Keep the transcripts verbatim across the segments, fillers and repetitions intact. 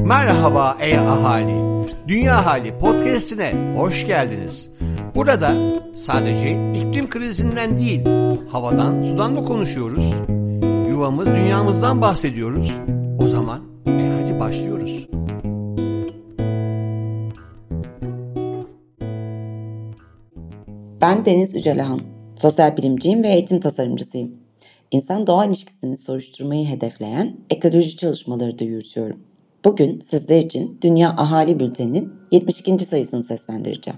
Merhaba ey ahali, Dünya Hali Podcast'ine hoş geldiniz. Burada sadece iklim krizinden değil, havadan, sudan da konuşuyoruz. Yuvamız, dünyamızdan bahsediyoruz. O zaman e hadi başlıyoruz. Ben Deniz Ücelehan, sosyal bilimciyim ve eğitim tasarımcısıyım. İnsan-doğa ilişkisini soruşturmayı hedefleyen ekoloji çalışmaları da yürütüyorum. Bugün sizler için Dünya Ahali Bülteni'nin yetmiş ikinci sayısını seslendireceğim.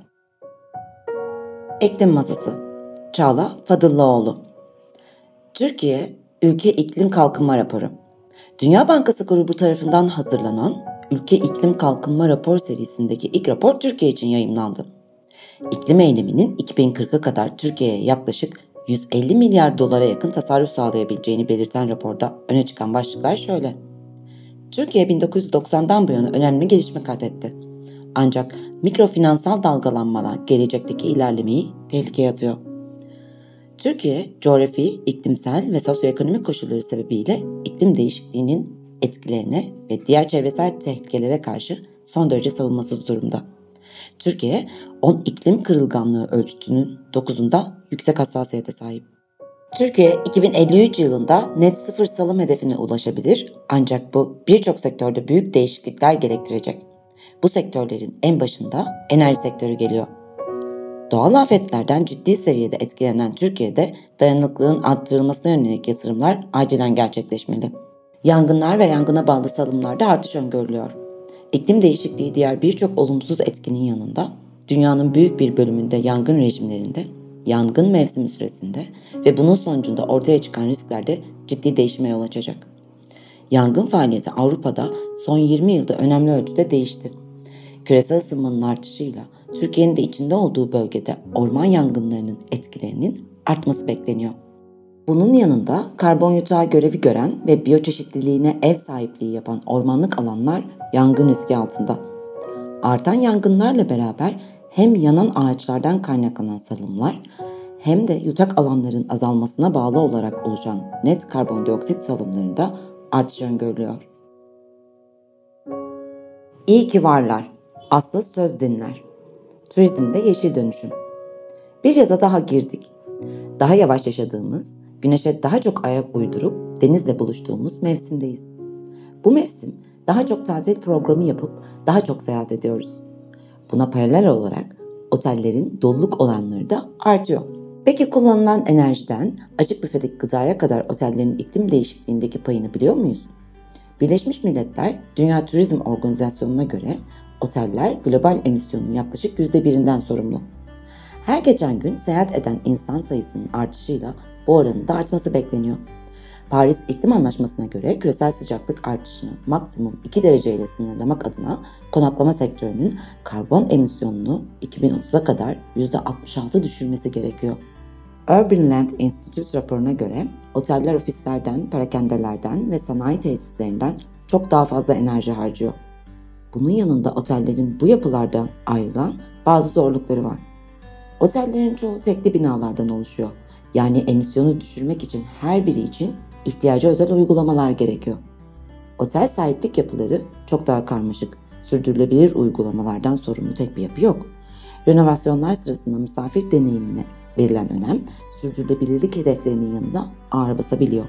İklim Masası, Çağla Fadıllıoğlu. Türkiye Ülke İklim Kalkınma Raporu. Dünya Bankası grubu tarafından hazırlanan Ülke İklim Kalkınma Rapor serisindeki ilk rapor Türkiye için yayımlandı. İklim eyleminin iki bin kırka kadar Türkiye'ye yaklaşık yüz elli milyar dolara yakın tasarruf sağlayabileceğini belirten raporda öne çıkan başlıklar şöyle. Türkiye bin dokuz yüz doksandan bu yana önemli gelişme kaydetti. Ancak mikrofinansal dalgalanmalar gelecekteki ilerlemeyi tehlikeye atıyor. Türkiye, coğrafi, iklimsel ve sosyoekonomik koşulları sebebiyle iklim değişikliğinin etkilerine ve diğer çevresel tehlikelere karşı son derece savunmasız durumda. Türkiye, on iklim kırılganlığı ölçütünün dokuzunda yüksek hassasiyete sahip. Türkiye, iki bin elli üç yılında net sıfır salım hedefine ulaşabilir, ancak bu birçok sektörde büyük değişiklikler gerektirecek. Bu sektörlerin en başında enerji sektörü geliyor. Doğal afetlerden ciddi seviyede etkilenen Türkiye'de dayanıklılığın arttırılmasına yönelik yatırımlar acilen gerçekleşmeli. Yangınlar ve yangına bağlı salımlarda artış öngörülüyor. İklim değişikliği diğer birçok olumsuz etkinin yanında dünyanın büyük bir bölümünde yangın rejimlerinde, yangın mevsimi süresinde ve bunun sonucunda ortaya çıkan risklerde ciddi değişime yol açacak. Yangın faaliyeti Avrupa'da son yirmi yılda önemli ölçüde değişti. Küresel ısınmanın artışıyla Türkiye'nin de içinde olduğu bölgede orman yangınlarının etkilerinin artması bekleniyor. Bunun yanında karbon yutağı görevi gören ve biyoçeşitliliğine ev sahipliği yapan ormanlık alanlar yangın riski altında. Artan yangınlarla beraber hem yanan ağaçlardan kaynaklanan salımlar hem de yutak alanların azalmasına bağlı olarak oluşan net karbondioksit salımlarında artış öngörülüyor. İyi ki varlar. Aslı söz dinler. Turizmde yeşil dönüşüm. Bir yaza daha girdik. Daha yavaş yaşadığımız, güneşe daha çok ayak uydurup denizle buluştuğumuz mevsimdeyiz. Bu mevsim daha çok tatil programı yapıp daha çok seyahat ediyoruz. Buna paralel olarak otellerin doluluk oranları da artıyor. Peki kullanılan enerjiden açık büfedeki gıdaya kadar otellerin iklim değişikliğindeki payını biliyor muyuz? Birleşmiş Milletler Dünya Turizm Organizasyonu'na göre oteller global emisyonun yaklaşık yüzde birinden sorumlu. Her geçen gün seyahat eden insan sayısının artışıyla bu oranın da artması bekleniyor. Paris İklim Anlaşması'na göre küresel sıcaklık artışını maksimum iki derece ile sınırlamak adına konaklama sektörünün karbon emisyonunu iki bin otuza kadar yüzde altmış altı düşürmesi gerekiyor. Urban Land Institute raporuna göre oteller ofislerden, parakendelerden ve sanayi tesislerinden çok daha fazla enerji harcıyor. Bunun yanında otellerin bu yapılardan ayrılan bazı zorlukları var. Otellerin çoğu tekli binalardan oluşuyor. Yani emisyonu düşürmek için her biri için ihtiyaca özel uygulamalar gerekiyor. Otel sahiplik yapıları çok daha karmaşık, sürdürülebilir uygulamalardan sorumlu tek bir yapı yok. Renovasyonlar sırasında misafir deneyimine verilen önem, sürdürülebilirlik hedeflerinin yanında ağır basabiliyor.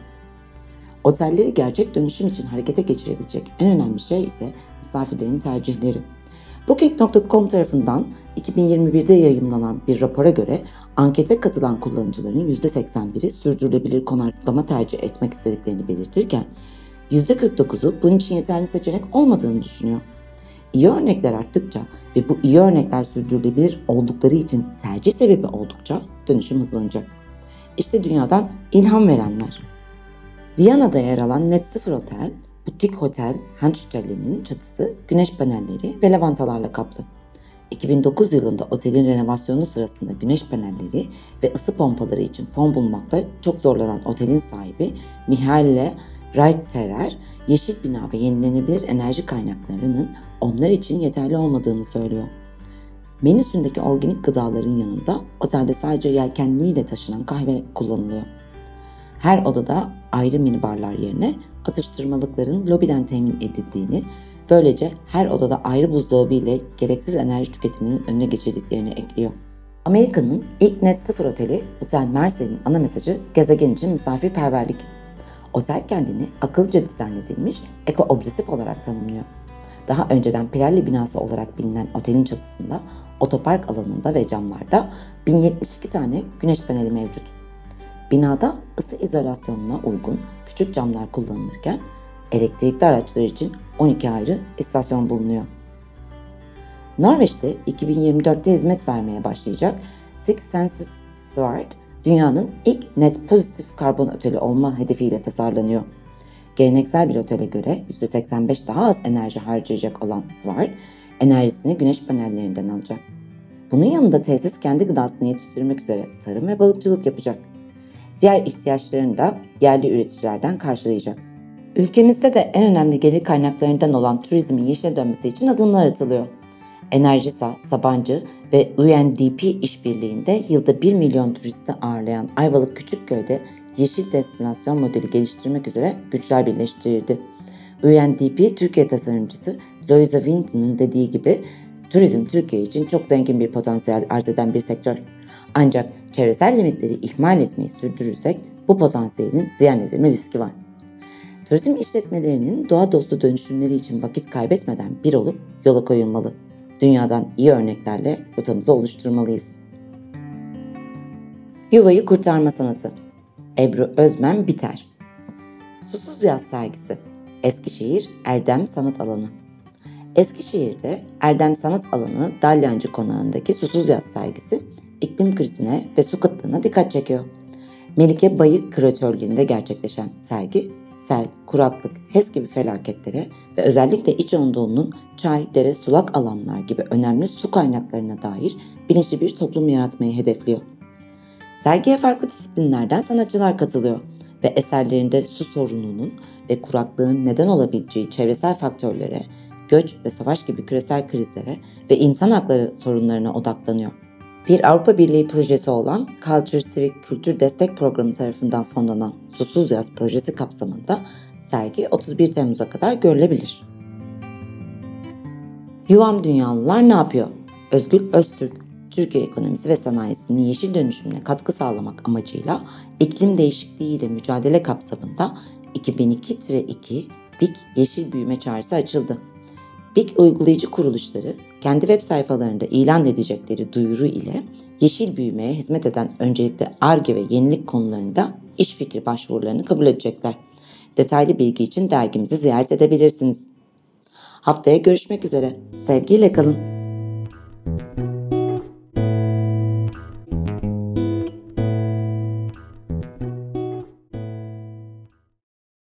Otelleri gerçek dönüşüm için harekete geçirebilecek en önemli şey ise misafirlerin tercihleri. Booking nokta com tarafından iki bin yirmi birde yayımlanan bir rapora göre ankete katılan kullanıcıların yüzde seksen biri sürdürülebilir konaklama tercih etmek istediklerini belirtirken yüzde kırk dokuzu bunun için yeterli seçenek olmadığını düşünüyor. İyi örnekler arttıkça ve bu iyi örnekler sürdürülebilir oldukları için tercih sebebi oldukça dönüşüm hızlanacak. İşte dünyadan ilham verenler. Viyana'da yer alan Net Sıfır Otel, butik otel Handstellen'in çatısı güneş panelleri ve lavantalarla kaplı. iki bin dokuz yılında otelin renovasyonu sırasında güneş panelleri ve ısı pompaları için fon bulmakta çok zorlanan otelin sahibi Mihaela Reiterer, yeşil bina ve yenilenebilir enerji kaynaklarının onlar için yeterli olmadığını söylüyor. Menüsündeki organik gıdaların yanında otelde sadece yelkenliyle taşınan kahve kullanılıyor. Her odada ayrı minibarlar yerine atıştırmalıkların lobiden temin edildiğini Böylece her odada ayrı buzdolabı ile gereksiz enerji tüketiminin önüne geçirdiklerini ekliyor. Amerika'nın ilk net sıfır oteli Otel Marcel'in ana mesajı gezegen için misafirperverlik. Otel kendini akıllıca dizayn edilmiş, eko-obsesif olarak tanımlıyor. Daha önceden Pirelli binası olarak bilinen otelin çatısında, otopark alanında ve camlarda bin yetmiş iki tane güneş paneli mevcut. Binada ısı izolasyonuna uygun küçük camlar kullanılırken elektrikli araçlar için on iki ayrı istasyon bulunuyor. Norveç'te iki bin yirmi dörtte hizmet vermeye başlayacak Six Senses Sword, dünyanın ilk net pozitif karbon oteli olma hedefiyle tasarlanıyor. Geleneksel bir otele göre yüzde seksen beş daha az enerji harcayacak olan Sword, enerjisini güneş panellerinden alacak. Bunun yanında tesis kendi gıdasını yetiştirmek üzere tarım ve balıkçılık yapacak. Diğer ihtiyaçlarını da yerli üreticilerden karşılayacak. Ülkemizde de en önemli gelir kaynaklarından olan turizmin yeşile dönmesi için adımlar atılıyor. Enerjisa, Sabancı ve U N D P işbirliğinde yılda bir milyon turisti ağırlayan Ayvalık Küçükköy'de yeşil destinasyon modeli geliştirmek üzere güçler birleştirildi. U N D P Türkiye tasarımcısı Louisa Winton'un dediği gibi turizm Türkiye için çok zengin bir potansiyel arz eden bir sektör. Ancak çevresel limitleri ihmal etmeyi sürdürürsek bu potansiyelin ziyan edilme riski var. Turizm işletmelerinin doğa dostu dönüşümleri için vakit kaybetmeden bir olup yola koyulmalı. Dünyadan iyi örneklerle rotamızı oluşturmalıyız. Yuvayı kurtarma sanatı. Ebru Özmen Biter. Susuz Yaz sergisi. Eskişehir Erdem Sanat Alanı. Eskişehir'de Erdem Sanat Alanı Dalyancı Konağı'ndaki Susuz Yaz sergisi iklim krizine ve su kıtlığına dikkat çekiyor. Melike Bayık küratörlüğünde gerçekleşen sergi, sel, kuraklık, H E S gibi felaketlere ve özellikle İç Anadolu'nun çay, dere, sulak alanlar gibi önemli su kaynaklarına dair bilinçli bir toplum yaratmayı hedefliyor. Sergiye farklı disiplinlerden sanatçılar katılıyor ve eserlerinde su sorununun ve kuraklığın neden olabileceği çevresel faktörlere, göç ve savaş gibi küresel krizlere ve insan hakları sorunlarına odaklanıyor. Bir Avrupa Birliği projesi olan Culture Civic Kültür Destek Programı tarafından fonlanan Susuz Yaz projesi kapsamında sergi otuz bir Temmuz'a kadar görülebilir. Yuvam Dünyalılar ne yapıyor? Özgül Öztürk, Türkiye ekonomisi ve sanayisinin yeşil dönüşümüne katkı sağlamak amacıyla iklim değişikliğiyle mücadele kapsamında iki bin iki iki B İ K Yeşil Büyüme Çağrısı açıldı. B İ K uygulayıcı kuruluşları kendi web sayfalarında ilan edecekleri duyuru ile yeşil büyümeye hizmet eden öncelikle Ar-Ge ve yenilik konularında iş fikri başvurularını kabul edecekler. Detaylı bilgi için dergimizi ziyaret edebilirsiniz. Haftaya görüşmek üzere. Sevgiyle kalın.